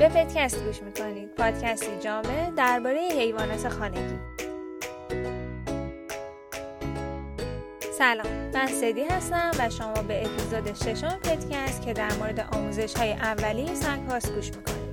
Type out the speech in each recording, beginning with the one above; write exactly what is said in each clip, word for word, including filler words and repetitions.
به پدکست گوش میکنید، پادکستی جامع درباره حیوانات خانگی. سلام، من سدی هستم و شما به اپیزود ششم پدکست که در مورد آموزش های اولیه سگ هاست گوش میکنید.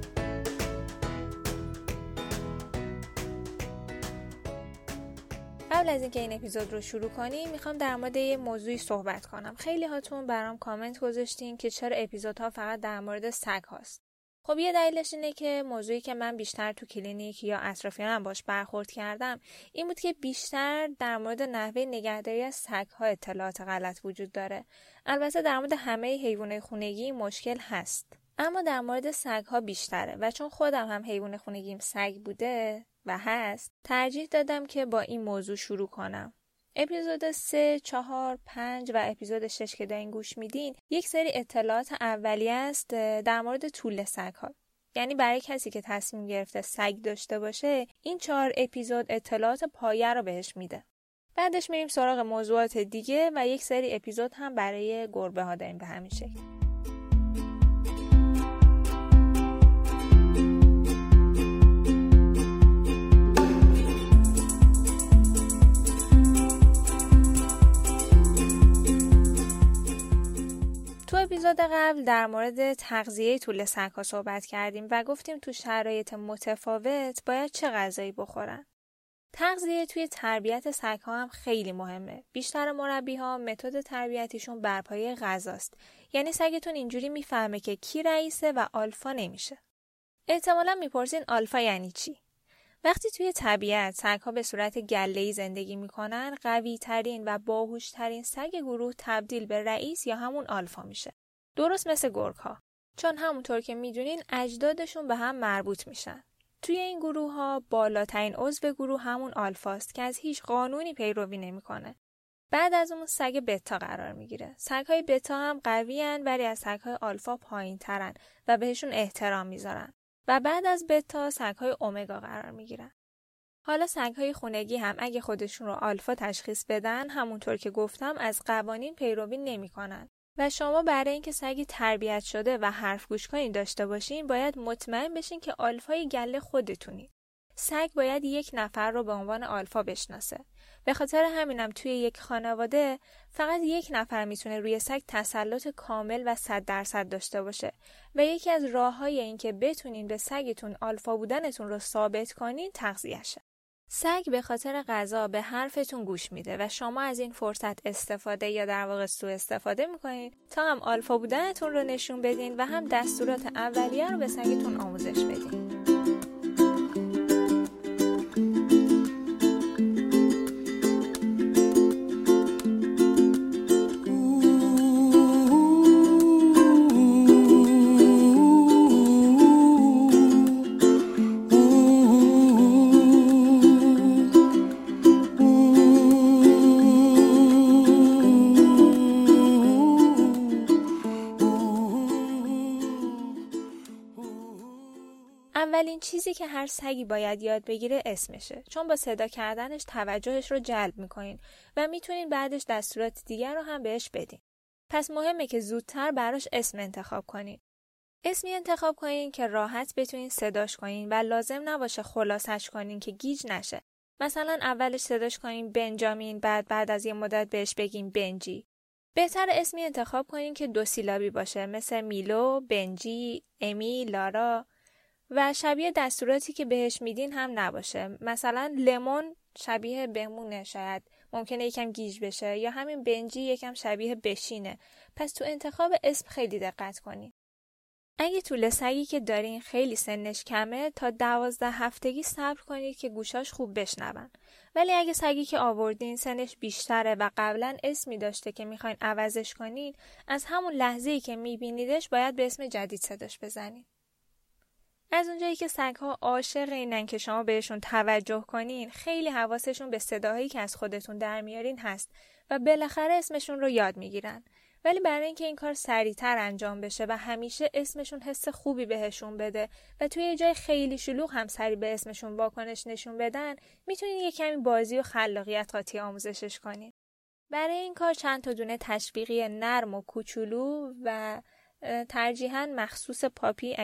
قبل از اینکه این اپیزود رو شروع کنیم میخوام در مورد یه موضوعی صحبت کنم. خیلی هاتون برام کامنت گذاشتین که چرا اپیزودها فقط در مورد سگ هاست. خب یه دلیلش اینه که موضوعی که من بیشتر تو کلینیک یا اطرافیانم باش برخورد کردم این بود که بیشتر در مورد نحوه نگهداری از سگ‌ها اطلاعات غلط وجود داره. البته در مورد همه حیوانات خونگی مشکل هست، اما در مورد سگ‌ها بیشتره و چون خودم هم حیوان خونگیم سگ بوده و هست، ترجیح دادم که با این موضوع شروع کنم. اپیزود سه، چهار، پنج و اپیزود شش که دارین گوش میدین یک سری اطلاعات اولیه است در مورد طول سگ‌ها. یعنی برای کسی که تصمیم گرفته سگ داشته باشه این چهار اپیزود اطلاعات پایه رو بهش میده. بعدش میریم سراغ موضوعات دیگه و یک سری اپیزود هم برای گربه ها داریم به همین شکل. تو اپیزود قبل در مورد تغذیه طول سگ‌ها صحبت کردیم و گفتیم تو شرایط متفاوت باید چه غذایی بخورن. تغذیه توی تربیت سگ‌ها هم خیلی مهمه. بیشتر مربی‌ها متد تربیتیشون بر پایه غذاست. یعنی سگتون اینجوری میفهمه که کی رئیسه و آلفا نمیشه. احتمالاً میپرسین آلفا یعنی چی؟ وقتی توی طبیعت سگ‌ها به صورت گله‌ای زندگی میکنن، قوی‌ترین و باهوش‌ترین سگ گروه تبدیل به رئیس یا همون آلفا میشه. درست مثل گرگ‌ها. چون همونطور که میدونین اجدادشون به هم مربوط میشن. توی این گروه‌ها بالاترین عضو گروه همون آلفاست که از هیچ قانونی پیروی نمیکنه. بعد از اون سگ بتا قرار میگیره. سگ‌های بتا هم قوی‌اند ولی از سگ‌های آلفا پایین‌ترن و بهشون احترام میذارن. و بعد از بتا سگ‌های امگا قرار میگیرن. حالا سگ‌های خونگی هم اگه خودشون رو آلفا تشخیص بدن همونطور که گفتم از قوانین پیروی نمی‌کنن. و شما برای اینکه سگی تربیت شده و حرف گوش کنی داشته باشین باید مطمئن بشین که آلفای گله خودتونی. سگ باید یک نفر رو به عنوان آلفا بشناسه. به خاطر همینم توی یک خانواده فقط یک نفر میتونه روی سگ تسلط کامل و صد درصد داشته باشه و یکی از راه‌های این که بتونین به سگتون آلفا بودنتون رو ثابت کنین تغذیه‌شه. سگ به خاطر غذا به حرفتون گوش میده و شما از این فرصت استفاده یا در واقع سوء استفاده میکنین تا هم آلفا بودنتون رو نشون بدین و هم دستورات اولیه رو به سگتون آموزش بدین. اولین چیزی که هر سگی باید یاد بگیره اسمشه، چون با صدا کردنش توجهش رو جلب میکنین و میتونین بعدش دستورات دیگر رو هم بهش بدین. پس مهمه که زودتر براش اسم انتخاب کنین. اسمی انتخاب کنین که راحت بتونین صداش کنین و لازم نباشه خلاصش کنین که گیج نشه. مثلا اولش صداش کنین بنجامین، بعد بعد از یه مدت بهش بگین بنجی. بهتر اسمی انتخاب کنین که دو سیلابی باشه، مثل میلو، بنجی، امی، لارا. و شبیه دستوراتی که بهش میدین هم نباشه. مثلا لیمون شبیه بمونه، شاید ممکنه یکم گیج بشه، یا همین بنجی یکم شبیه بشینه. پس تو انتخاب اسم خیلی دقت کنین. اگه طول سگی که دارین خیلی سنش کمه تا دوازده هفتگی صبر کنید که گوشاش خوب بشنون. ولی اگه سگی که آوردین سنش بیشتره و قبلا اسمی داشته که میخواین عوضش کنین، از همون لحظه‌ای که میبینیدش باید به اسم جدید صداش بزنین. از اونجایی که سگ‌ها عاشق اینن که شما بهشون توجه کنین، خیلی حواسشون به صداهایی که از خودتون در میارین هست و بالاخره اسمشون رو یاد میگیرن. ولی برای اینکه این کار سریعتر انجام بشه و همیشه اسمشون حس خوبی بهشون بده و توی یه جای خیلی شلوغ هم سریع به اسمشون واکنش نشون بدن، میتونین یه کمی بازی و خلاقیت قاطی آموزشش کنین. برای این کار چند تا دونه تشویقی نرم و کوچولو و ترجیحاً مخصوص پاپی اگه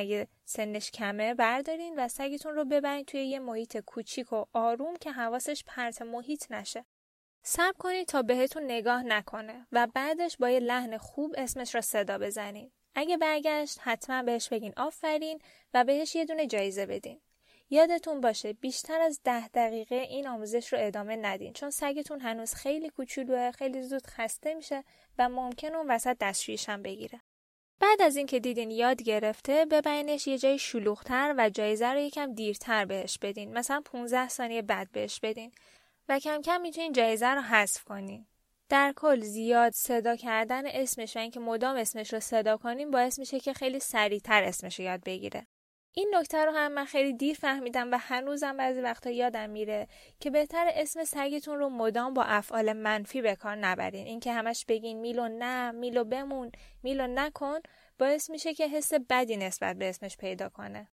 سنش کمه بردارین و سگتون رو ببرین توی یه محیط کوچیک و آروم که حواسش پرت محیط نشه. صبر کنید تا بهتون نگاه نکنه و بعدش با یه لحن خوب اسمش رو صدا بزنین. اگه برگشت حتما بهش بگین آفرین و بهش یه دونه جایزه بدین. یادتون باشه بیشتر از ده دقیقه این آموزش رو ادامه ندین چون سگتون هنوز خیلی کوچولوه، خیلی زود خسته میشه و ممکنه اون وسط دستشوییش هم بگیره. بعد از این که دیدین یاد گرفته ببرینش یه جای شلوغ‌تر و جایزه رو یکم دیرتر بهش بدین. مثلا پانزده ثانیه بعد بهش بدین و کم کم میتونین جایزه رو حذف کنین. در کل زیاد صدا کردن اسمش و اینکه مدام اسمش رو صدا کنین باعث میشه که خیلی سریعتر اسمش رو یاد بگیره. این نکته رو هم من خیلی دیر فهمیدم و هنوزم بعضی وقتا یادم میره که بهتر اسم سگتون رو مدام با افعال منفی به کار نبرین. این که همش بگین میلو نه، میلو بمون، میلو نکن باعث میشه که حس بدی نسبت به اسمش پیدا کنه.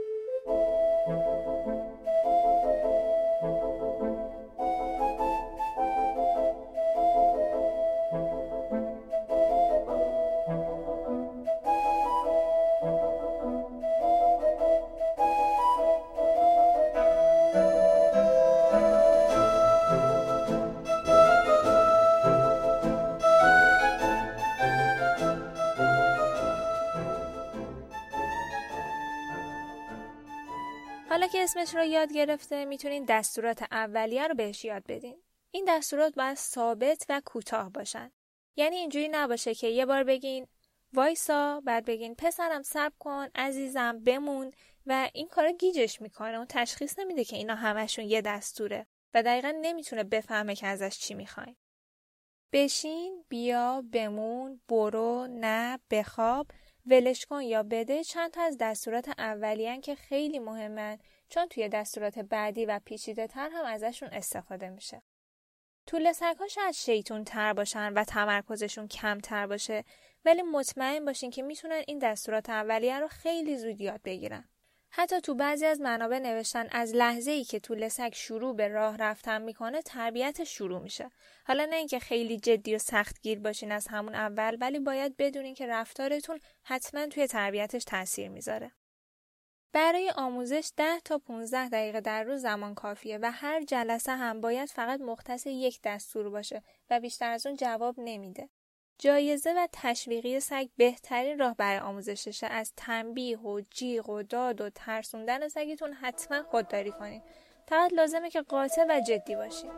حالا که اسمش رو یاد گرفته میتونین دستورات اولیه رو بهش یاد بدین. این دستورات باید ثابت و کوتاه باشن. یعنی اینجوری نباشه که یه بار بگین وایسا، بعد بگین پسرم صبر کن، عزیزم بمون و این کارو گیجش میکنه. اون تشخیص نمیده که اینا همشون یه دستوره و دقیقاً نمیتونه بفهمه که ازش چی میخواین. بشین، بیا، بمون، برو، نه، بخواب، ولش کن یا بده چند تا از دستورات اولیه‌ان که خیلی مهمن چون توی دستورات بعدی و پیچیده تر هم ازشون استفاده میشه. طول سگ‌ها شاید شیطون تر باشن و تمرکزشون کم تر باشه ولی مطمئن باشین که میتونن این دستورات اولیه رو خیلی زود یاد بگیرن. حتی تو بعضی از منابع نوشتن از لحظه‌ای که طول سگ شروع به راه رفتن میکنه تربیت شروع میشه. حالا نه اینکه خیلی جدی و سختگیر باشین از همون اول ولی باید بدونین که رفتارتون حتما توی تربیتش تاثیر میذاره. برای آموزش ده تا پانزده دقیقه در روز زمان کافیه و هر جلسه هم باید فقط مختص یک دستور باشه و بیشتر از اون جواب نمیده. جایزه و تشویقی سگ بهترین راه برای آموزششه. از تنبیه و جیغ و داد و ترسوندن سگتون حتما خودداری کنین. فقط لازمه که قاطع و جدی باشین.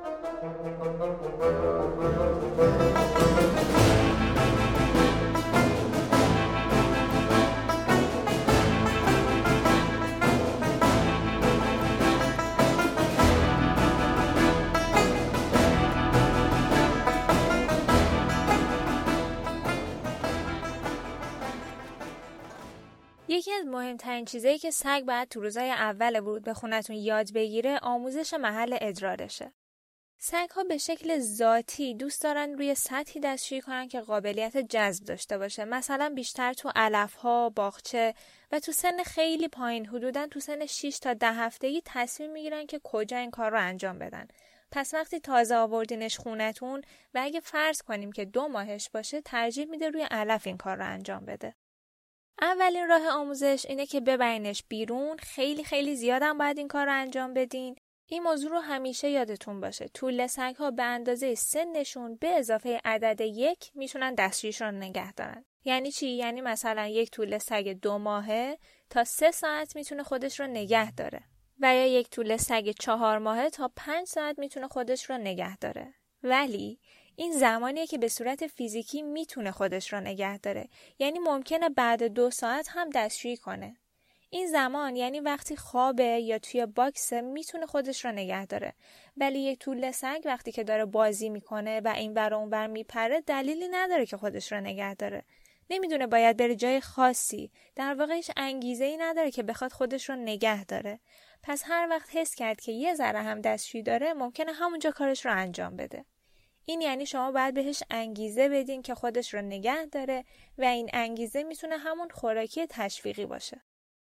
یکی از مهمترین چیزایی که سگ باید تو روزهای اول ورود به خونتون یاد بگیره آموزش محل ادرارشه. سگ‌ها به شکل ذاتی دوست دارن روی سطحی دستشویی کنن که قابلیت جذب داشته باشه. مثلا بیشتر تو علف‌ها، باغچه و تو سن خیلی پایین، حدوداً تو سن شش تا ده هفتگی تصمیم میگیرن که کجا این کار رو انجام بدن. پس وقتی تازه آوردینش خونتون و اگه فرض کنیم که دو ماهش باشه ترجیح میده روی علف این کار رو انجام بده. اولین راه آموزش اینه که ببرینش بیرون. خیلی خیلی زیادم باید این کار رو انجام بدین. این موضوع رو همیشه یادتون باشه. طول سگ‌ها به اندازه سنشون به اضافه عدد یک میتونن دستشوییشون رو نگه دارن. یعنی چی؟ یعنی مثلا یک طول سگ دو ماهه تا سه ساعت میتونه خودش رو نگه داره و یا یک طول سگ چهار ماهه تا پنج ساعت میتونه خودش رو نگه داره. ولی این زمانیه که به صورت فیزیکی میتونه خودش رو نگه داره. یعنی ممکنه بعد دو ساعت هم دستشویی کنه. این زمان یعنی وقتی خوابه یا توی باکس میتونه خودش رو نگه داره. ولی یک طول سگ وقتی که داره بازی میکنه و این ور اون ور میپره دلیلی نداره که خودش رو نگه داره. نمیدونه باید بره جای خاصی. در واقع هیچ انگیزه‌ای نداره که بخواد خودش رو نگه داره. پس هر وقت حس کرد که یه ذره هم دستشویی داره ممکنه همونجا کارش رو انجام بده. این یعنی شما باید بهش انگیزه بدین که خودش رو نگه داره و این انگیزه میتونه همون خوراکی تشویقی باشه.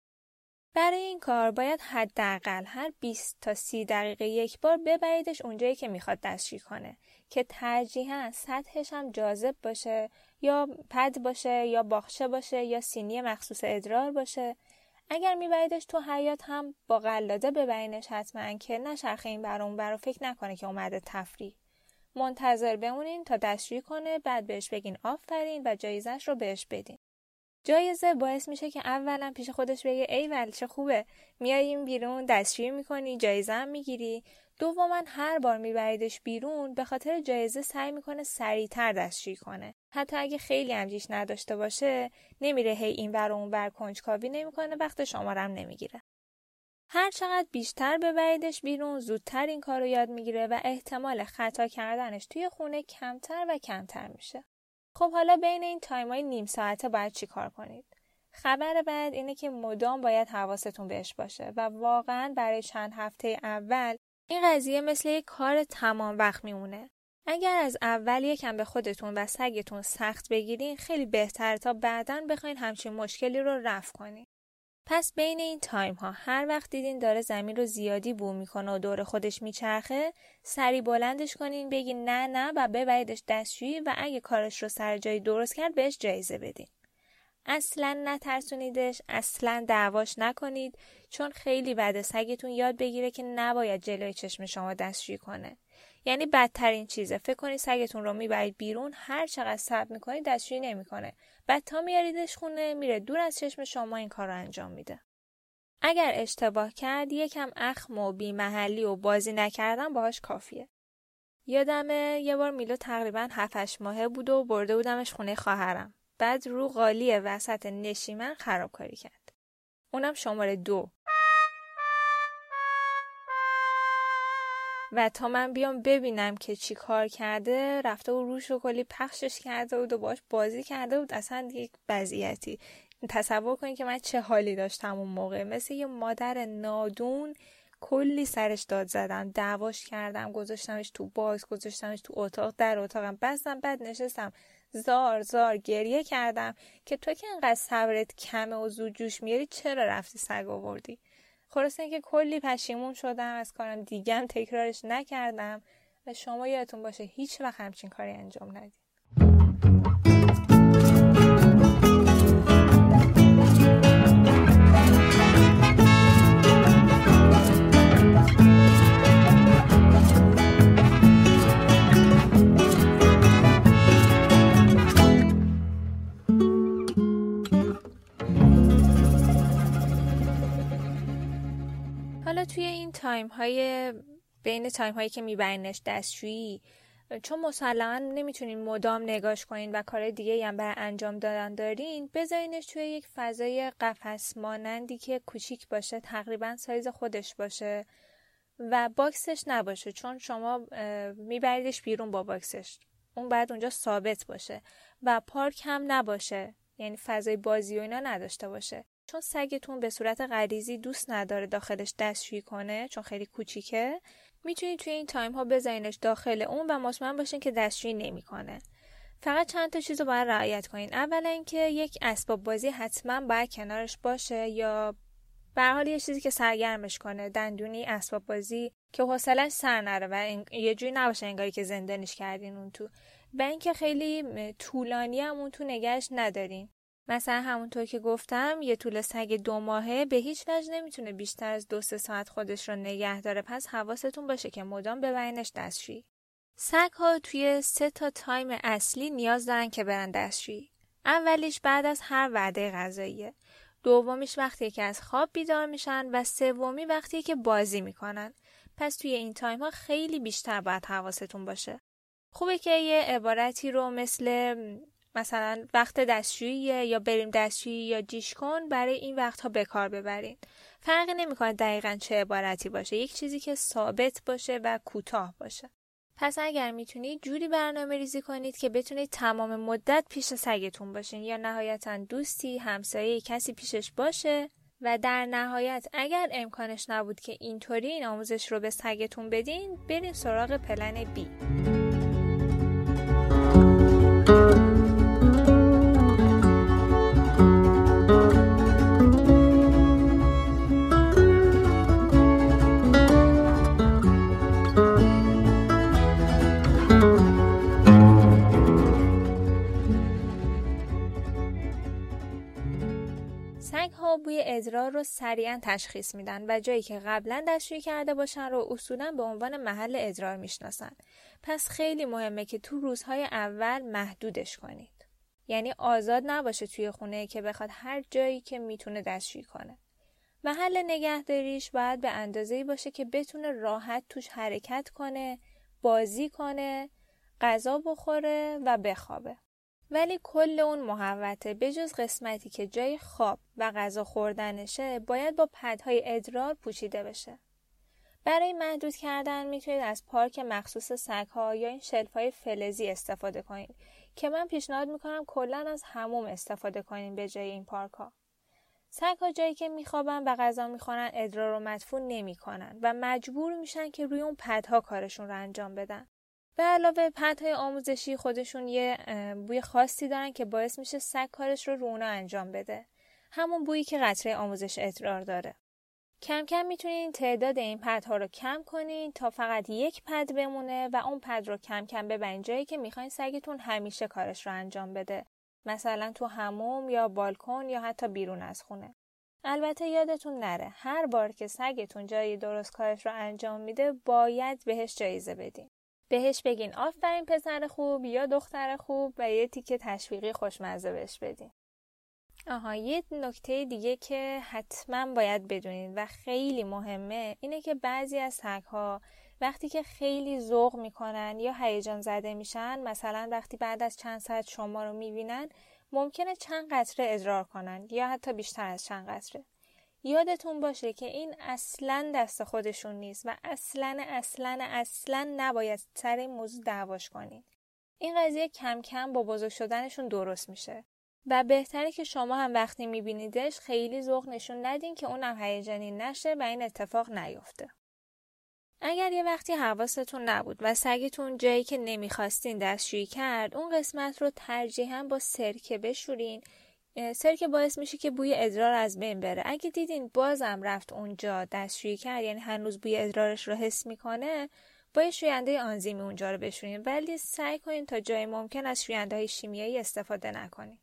برای این کار باید حداقل هر بیست تا سی دقیقه یک بار ببریدش اونجایی که میخواد دستشویی کنه که ترجیحاً سطحش هم جاذب باشه، یا پد باشه یا باغچه باشه یا سینی مخصوص ادرار باشه اگر میبریدش تو حیاط هم با قلاده ببرینش حتما که نچرخه این ور اون ور و فکر نکنه که اومده تفریح. منتظر بمونین تا دستشویی کنه، بعد بهش بگین آفرین و جایزش رو بهش بدین. جایزه باعث میشه که اولا پیش خودش بگه ایول چه خوبه، میاییم بیرون دستشویی میکنی، جایزه هم میگیری. دوما هر بار میبریدش بیرون به خاطر جایزه سعی میکنه سریعتر دستشویی کنه. حتی اگه خیلی هم جیش نداشته باشه نمیره هی این ور و اون ور کنجکاوی نمیکنه، وقت شما رو هم نمیگیره. هر چقدر بیشتر ببریدش بیرون زودتر این کارو یاد میگیره و احتمال خطا کردنش توی خونه کمتر و کمتر میشه. خب حالا بین این تایمای نیم ساعته باید چی کار کنید؟ خبر بعد اینه که مدام باید حواستون بهش باشه و واقعا برای چند هفته اول این قضیه مثل یک کار تمام وقت میمونه. اگر از اول یکم به خودتون و سگتون سخت بگیرین خیلی بهتره تا بعداً بخواین همچین مشکلی رو رفع کنین. پس بین این تایم ها هر وقت دیدین داره زمین رو زیادی بو میکنه و دور خودش میچرخه، سری بلندش کنین، بگین نه نه و ببریدش دستشویی و اگه کارش رو سر جایی درست کرد بهش جایزه بدین. اصلا نترسونیدش، اصلا دعواش نکنید، چون خیلی بده سگتون یاد بگیره که نباید جلوی چشم شما دستشویی کنه. یعنی بدترین چیزه، فکر کنید سگتون رو میبرید بیرون، هر چقدر صبر میکنید دستشویی نمیکنه، بعد تا میاریدش خونه میره دور از چشم شما این کار رو انجام میده. اگر اشتباه کرد یکم اخم و بی محلی و بازی نکردن باهاش کافیه. یادمه یه بار میلو تقریبا هفت هشت ماهه بود و برده بودمش خونه خواهرم. بعد رو قالی وسط نشیمن خرابکاری کرد. اونم شماره دو. و تا من بیام ببینم که چی کار کرده رفته و روش و کلی پخشش کرده بود و باش بازی کرده بود. اصلا یک وضعیتی. تصور کنید که من چه حالی داشتم اون موقع. مثل یه مادر نادون کلی سرش داد زدم، دعواش کردم، گذاشتمش تو باکس، گذاشتمش تو اتاق، در اتاقم بستم، بعد نشستم زار زار گریه کردم که تو که انقدر صبرت کمه و زود جوش میاری چرا رفتی سگ آوردی. خلاصه اینکه کلی پشیمون شدم از کارم، دیگه تکرارش نکردم و شما یادتون باشه هیچ وقت همچین کاری انجام ندید. حالا توی این تایم های بین تایم هایی که میبرینش دستشویی، چون مسلما نمیتونین مدام نگاش کنین و کار دیگه هم برای انجام دادن دارین، بذارینش توی یک فضای قفس مانندی که کوچیک باشه، تقریبا سایز خودش باشه و باکسش نباشه، چون شما میبریدش بیرون با باکسش، اون باید اونجا ثابت باشه و پارک هم نباشه، یعنی فضای بازی و اینا نداشته باشه، چون سگتون به صورت غریزی دوست نداره داخلش دستشویی کنه چون خیلی کوچیکه. میتونید توی این تایم ها بذارینش داخل اون و مطمئن باشین که دستشویی نمیکنه. فقط چند تا چیزو باید رعایت کنین. اولا اینکه یک اسباب بازی حتما باید کنارش باشه یا به هر حال یه چیزی که سرگرمش کنه، دندونی، اسباب بازی که حوصله‌اش سر نره و یه جوری نباشه انگاری که زندانیش کردین اون تو. و اینکه خیلی طولانی هم اون تو نگهش ندارین. مثلا همونطور که گفتم یه طول سگ دو ماهه به هیچ وجه نمیتونه بیشتر از دو سه ساعت خودش رو نگه داره، پس حواستون باشه که مدام ببرینش دستشویی. سگ ها توی سه تا تایم اصلی نیاز دارن که برن دستشویی. اولیش بعد از هر وعده غذاییه، دومیش وقتی که از خواب بیدار میشن و سومی وقتی که بازی میکنن. پس توی این تایم ها خیلی بیشتر باید حواستون باشه. خوبه که یه عبارتی رو مثل مثلا وقت دستشویی یا بریم دستشویی یا جیش کن برای این وقتها به کار ببرین. فرقی نمیکنه دقیقاً چه عبارتی باشه، یک چیزی که ثابت باشه و کوتاه باشه. پس اگر میتونید جوری برنامه ریزی کنید که بتونید تمام مدت پیش سگتون باشین یا نهایتاً دوستی، همسایه، کسی پیشش باشه و در نهایت اگر امکانش نبود که اینطوری این آموزش رو به سگتون بدین، برین سراغ پلن بی. سگ‌ها بوی ادرار رو سریعاً تشخیص میدن و جایی که قبلا دستشویی کرده باشن رو اصولاً به عنوان محل ادرار میشناسن. پس خیلی مهمه که تو روزهای اول محدودش کنید. یعنی آزاد نباشه توی خونه که بخواد هر جایی که میتونه دستشویی کنه. محل نگهداریش باید به اندازه‌ای باشه که بتونه راحت توش حرکت کنه، بازی کنه، غذا بخوره و بخوابه. ولی کل اون محوطه به جز قسمتی که جای خواب و غذا خوردنشه باید با پدهای ادرار پوشیده بشه. برای محدود کردن میتونید از پارک مخصوص سگ‌ها یا این شلف‌های فلزی استفاده کنید که من پیشنهاد میکنم کلاً از حموم استفاده کنید به جای این پارک‌ها. سگ‌ها جایی که میخوابن و غذا میخورن ادرار رو مدفون نمیکنن و مجبور میشن که روی اون پدها کارشون رو انجام بدن. به علاوه پدهای آموزشی خودشون یه بوی خاصی دارن که باعث میشه سگ کارش رو رو اونا انجام بده. همون بویی که قطره آموزش ادرار داره. کم کم میتونین تعداد این پدها رو کم کنین تا فقط یک پد بمونه و اون پد رو کم کم ببرین جایی که میخواین سگتون همیشه کارش رو انجام بده. مثلا تو حموم یا بالکن یا حتی بیرون از خونه. البته یادتون نره هر بار که سگتون جایی درست کارش رو انجام میده باید بهش جایزه بدین. بهش بگین آفرین پسر خوب یا دختر خوب و یه تیکه تشویقی خوشمزه بهش بدین. آها یه نکته دیگه که حتما باید بدونید و خیلی مهمه اینه که بعضی از سگ‌ها وقتی که خیلی ذوق میکنن یا هیجان زده میشن، مثلا وقتی بعد از چند ساعت شما رو میبینن ممکنه چند قطره ادرار کنن یا حتی بیشتر از چند قطره. یادتون باشه که این اصلاً دست خودشون نیست و اصلاً اصلاً اصلاً نباید سر این موضوع دعواش کنین. این قضیه کم کم با بزرگ شدنشون درست میشه و بهتره که شما هم وقتی میبینیدش خیلی ذوق نشون ندین که اونم هیجانی نشه و این اتفاق نیفته. اگر یه وقتی حواستون نبود و سگتون جایی که نمیخواستین دستشویی کرد، اون قسمت رو ترجیحاً با سرکه بشورین. سرکه باعث میشه که بوی ادرار از بین بره. اگه دیدین بازم رفت اونجا دستشویی کرد، یعنی هنوز بوی ادرارش رو حس میکنه، با یه شوینده آنزیمی اونجا رو بشورین، ولی سعی کنین تا جای ممکن از شوینده‌های شیمیایی استفاده نکنین.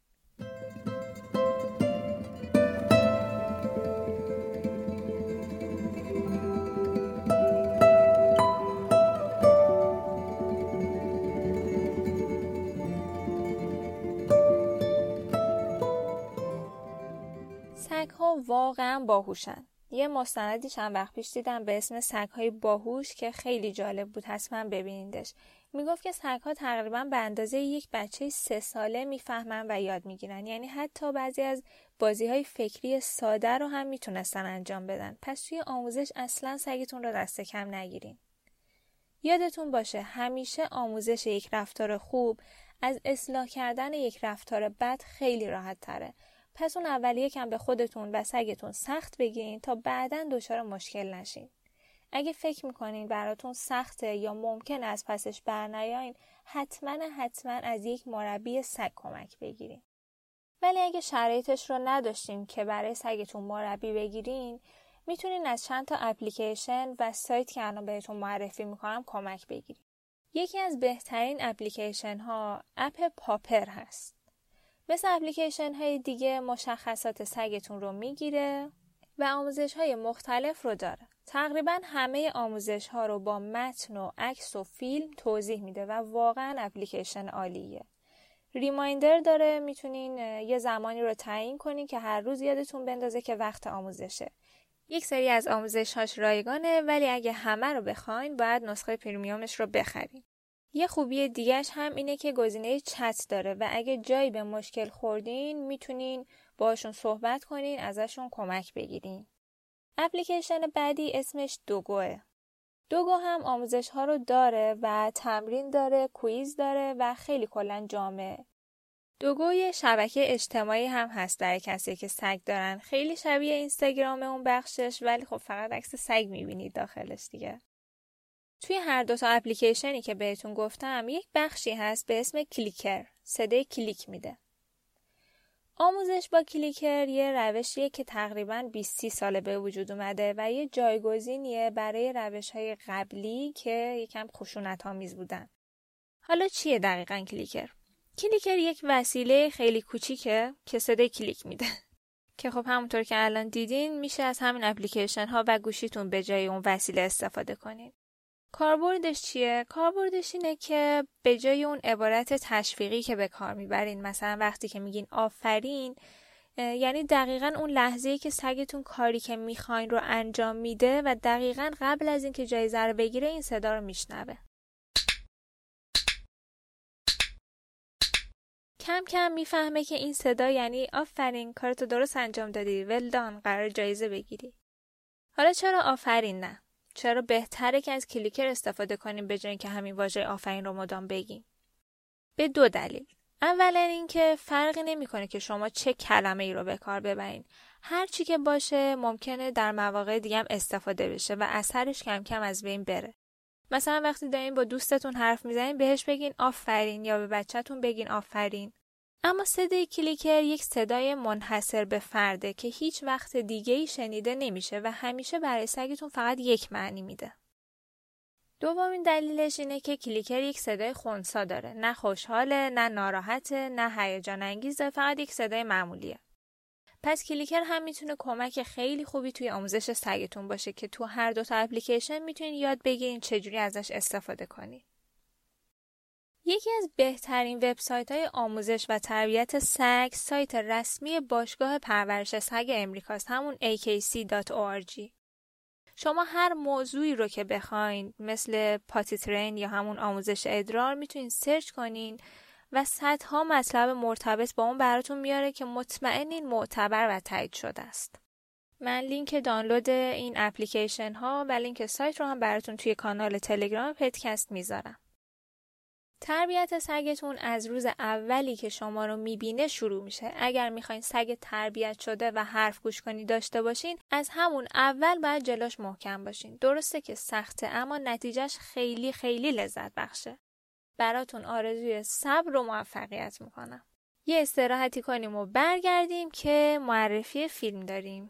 سگ‌ها واقعا باهوشن. یه مستندی چند وقت پیش دیدم به اسم سگ‌های باهوش که خیلی جالب بود، حتما ببینیدش. میگفت که سگ‌ها تقریبا به اندازه یک بچه سه ساله میفهمن و یاد میگیرن. یعنی حتی بعضی از بازی‌های فکری ساده رو هم میتونستن انجام بدن. پس توی آموزش اصلا سگتون رو دست کم نگیرین. یادتون باشه همیشه آموزش یک رفتار خوب از اصلاح کردن یک رفتار بد خیلی راحت تره. پس اون اولیه کم به خودتون و سگتون سخت بگیرین تا بعداً دچار مشکل نشین. اگه فکر میکنین براتون سخته یا ممکن از پسش برنیاین، حتما حتما از یک مربی سگ کمک بگیرین. ولی اگه شرایطش رو نداشتین که برای سگتون مربی بگیرین، میتونین از چند تا اپلیکیشن و سایت که الان بهتون معرفی میکنم کمک بگیرین. یکی از بهترین اپلیکیشن ها اپ پاپر هست. مثل اپلیکیشن های دیگه مشخصات سگتون رو میگیره و آموزش های مختلف رو داره. تقریبا همه آموزش ها رو با متن و عکس و فیلم توضیح میده و واقعا اپلیکیشن عالیه. ریمایندر داره، میتونین یه زمانی رو تعیین کنین که هر روز یادتون بندازه که وقت آموزشه. یک سری از آموزش هاش رایگانه، ولی اگه همه رو بخواین باید نسخه پریمیومش رو بخرین. یه خوبی دیگهش هم اینه که گزینه چت داره و اگه جایی به مشکل خوردین میتونین باشون صحبت کنین، ازشون کمک بگیرین. اپلیکیشن بعدی اسمش دوگوه. دوگو هم آموزش ها رو داره و تمرین داره، کویز داره و خیلی کلاً جامعه. دوگو یه شبکه اجتماعی هم هست برای کسی که سگ دارن. خیلی شبیه اینستاگرام اون بخشش، ولی خب فقط عکس سگ میبینید داخلش دیگه. توی هر دو تا اپلیکیشنی که بهتون گفتم یک بخشی هست به اسم کلیکر، صدای کلیک میده. آموزش با کلیکر یه روشیه که تقریباً بیست ساله به وجود اومده و یه جایگزینیه برای روش‌های قبلی که یکم خشونت‌آمیز بودن. حالا چیه دقیقاً کلیکر؟ کلیکر یک وسیله خیلی کوچیکه که صدای کلیک میده. که خب همونطور که الان دیدین میشه از همین اپلیکیشن ها و گوشیتون به جای اون وسیله استفاده کنین. کاربردش چیه؟ کاربردش اینه که به جای اون عبارت تشویقی که به کار میبرین، مثلا وقتی که میگین آفرین، یعنی دقیقاً اون لحظه‌ای که سگتون کاری که میخواین رو انجام میده و دقیقاً قبل از اینکه جایزه رو بگیره این صدا رو میشنوه. کم کم میفهمه که این صدا یعنی آفرین، کارتو درست انجام دادی، ول دان، قرار جایزه بگیری. حالا چرا آفرین نه؟ چرا بهتره که از کلیکر استفاده کنیم به جای اینکه همین واژه آفرین رو مدام بگیم؟ به دو دلیل. اولا اینکه فرقی نمیکنه که شما چه کلمه ای رو به کار ببرین. هر چی که باشه ممکنه در مواقع دیگه هم استفاده بشه و اثرش کم کم از بین بره. مثلا وقتی دارین با دوستتون حرف میزنین بهش بگین آفرین یا به بچه‌تون بگین آفرین. اما صدای کلیکر یک صدای منحصر به فرده که هیچ وقت دیگه‌ای شنیده نمیشه و همیشه برای سگتون فقط یک معنی میده. دومین دلیلش اینه که کلیکر یک صدای خنثی داره. نه خوشحاله، نه ناراحته، نه هیجان انگیزه، فقط یک صدای معمولیه. پس کلیکر هم میتونه کمک خیلی خوبی توی آموزش سگتون باشه که تو هر دو تا اپلیکیشن میتونین یاد بگیرین چجوری ازش استفاده کنین. یکی از بهترین وبسایت‌های آموزش و تربیت سگ سایت رسمی باشگاه پرورش سگ امریکاست، همون ای کی سی دات او آر جی. شما هر موضوعی رو که بخواین مثل پاتی ترین یا همون آموزش ادرار میتونین سرچ کنین و صدها مطلب مرتبط با اون براتون میاره که مطمئنین معتبر و تایید شده است. من لینک دانلود این اپلیکیشن ها و لینک سایت رو هم براتون توی کانال تلگرام پدکست میذارم. تربیت سگتون از روز اولی که شما رو میبینه شروع میشه. اگر میخواین سگ تربیت شده و حرف گوش کنی داشته باشین، از همون اول باید جلوش محکم باشین. درسته که سخته اما نتیجهش خیلی خیلی لذت بخشه. براتون آرزوی صبر و موفقیت میکنم. یه استراحتی کنیم و برگردیم که معرفی فیلم داریم.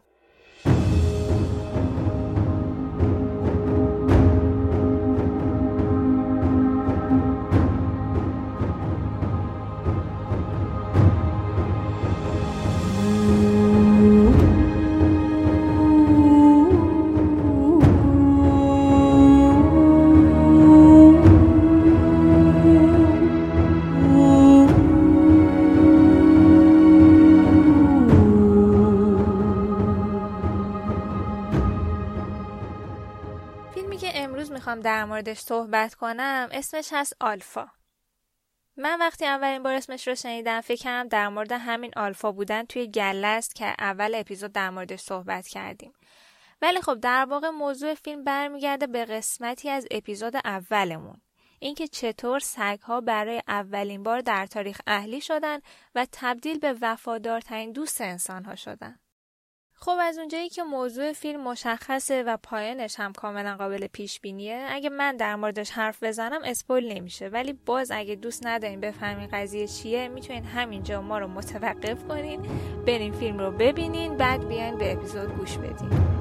میخوام در موردش صحبت کنم اسمش هست آلفا. من وقتی اولین بار اسمش رو شنیدم فکرم در مورد همین آلفا بودن توی گله است که اول اپیزود در موردش صحبت کردیم. ولی خب در واقع موضوع فیلم برمیگرده به قسمتی از اپیزود اولمون. اینکه چطور سگ‌ها برای اولین بار در تاریخ اهلی شدن و تبدیل به وفادارترین دوست انسان‌ها شدن. خب از اونجایی که موضوع فیلم مشخصه و پایانش هم کاملا قابل پیش بینیه، اگه من در موردش حرف بزنم اسپویل نمیشه، ولی باز اگه دوست ندارین بفهمین قضیه چیه میتونین همینجا ما رو متوقف کنین، برین فیلم رو ببینین، بعد بیاین به اپیزود گوش بدین.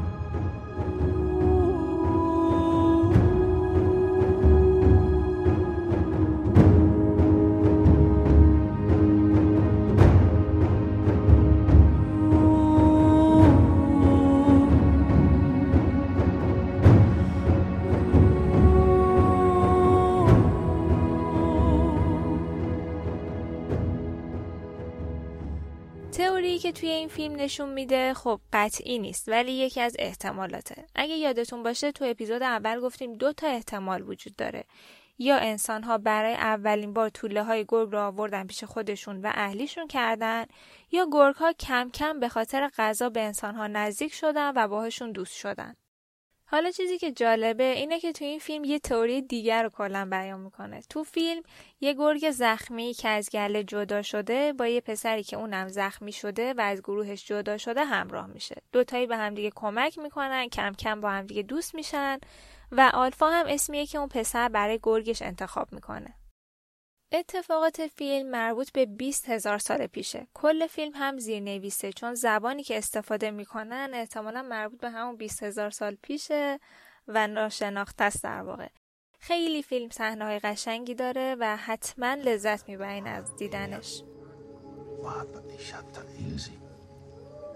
تئوری که توی این فیلم نشون میده خب قطعی نیست، ولی یکی از احتمالاته. اگه یادتون باشه تو اپیزود اول گفتیم دو تا احتمال وجود داره. یا انسان‌ها برای اولین بار توله‌های گرگ رو آوردن پیش خودشون و اهلیشون کردن، یا گرگ‌ها کم کم به خاطر غذا به انسان‌ها نزدیک شدن و باهاشون دوست شدن. حالا چیزی که جالبه اینه که تو این فیلم یه تئوری دیگر رو کلا بیان میکنه. تو فیلم یه گرگ زخمی که از گله جدا شده با یه پسری که اونم زخمی شده و از گروهش جدا شده همراه میشه. دوتایی به همدیگه کمک میکنن، کم کم با همدیگه دوست میشن و آلفا هم اسمیه که اون پسر برای گرگش انتخاب میکنه. اتفاقات فیلم مربوط به بیست هزار سال پیشه. کل فیلم هم زیرنویسه چون زبانی که استفاده میکنن احتمالا مربوط به همون بیست هزار سال پیشه و ناشناخته است در واقع. خیلی فیلم صحنه‌های قشنگی داره و حتما لذت میبرین از دیدنش.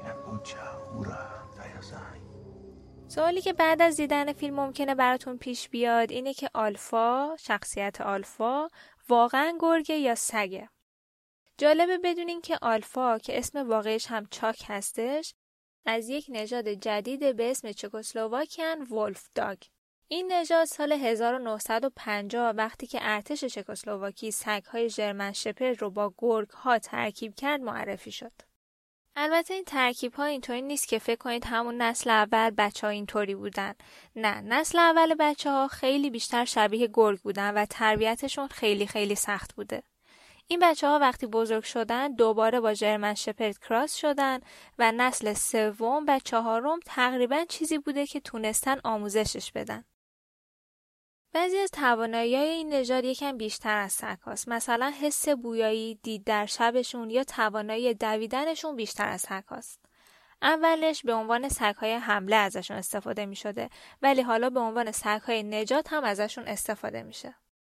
سوالی که بعد از دیدن فیلم ممکنه براتون پیش بیاد اینه که آلفا، شخصیت آلفا واقعا گرگه یا سگه؟ جالبه بدونین که آلفا که اسم واقعیش هم چاک هستش از یک نژاد جدید به اسم چکسلواکیان ولف داگ. این نژاد سال هزار و نهصد و پنجاه وقتی که ارتش چکسلواکی سگ‌های ژرمن شپرد رو با گرگ‌ها ترکیب کرد معرفی شد. البته این ترکیب‌ها اینطوری نیست که فکر کنید همون نسل اول بچه‌ها اینطوری بودن. نه، نسل اول بچه‌ها خیلی بیشتر شبیه گرگ بودن و تربیتشون خیلی خیلی سخت بوده. این بچه‌ها وقتی بزرگ شدن دوباره با ژرمن شپرد کراس شدن و نسل سوم و چهارم تقریباً چیزی بوده که تونستن آموزشش بدن. بعضی از توانایی‌های این نژاد یکم بیشتر از سگ‌هاست. مثلا حس بویایی، دید در شبشون یا توانایی دویدنشون بیشتر از سگ‌هاست. اولش به عنوان سگ‌های حمله ازشون استفاده می‌شده ولی حالا به عنوان سگ‌های نجات هم ازشون استفاده میشه.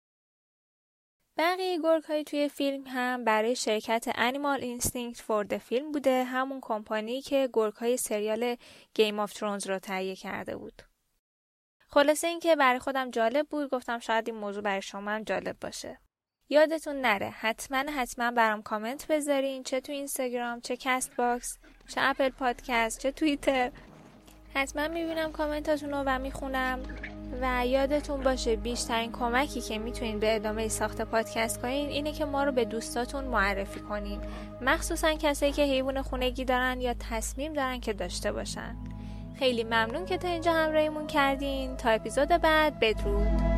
بقیه گرگ‌های توی فیلم هم برای شرکت Animal Instinct for the Film بوده، همون کمپانی که گرگ‌های سریال گیم آف ترونز رو تهیه کرده بود. خلاصه این که برای خودم جالب بود، گفتم شاید این موضوع برای شما هم جالب باشه. یادتون نره حتما حتما برام کامنت بذارین، چه تو اینستاگرام، چه کست باکس، چه اپل پادکست، چه توییتر. حتما میبینم کامنتاتون رو و میخونم. و یادتون باشه بیشترین کمکی که میتونین به ادامه ساخت پادکست کنین اینه که ما رو به دوستاتون معرفی کنین، مخصوصا کسایی که حیوان خونگی دارن یا تصمیم دارن که داشته باشن. خیلی ممنون که تا اینجا همراهیمون کردین. تا اپیزود بعد، بدرود.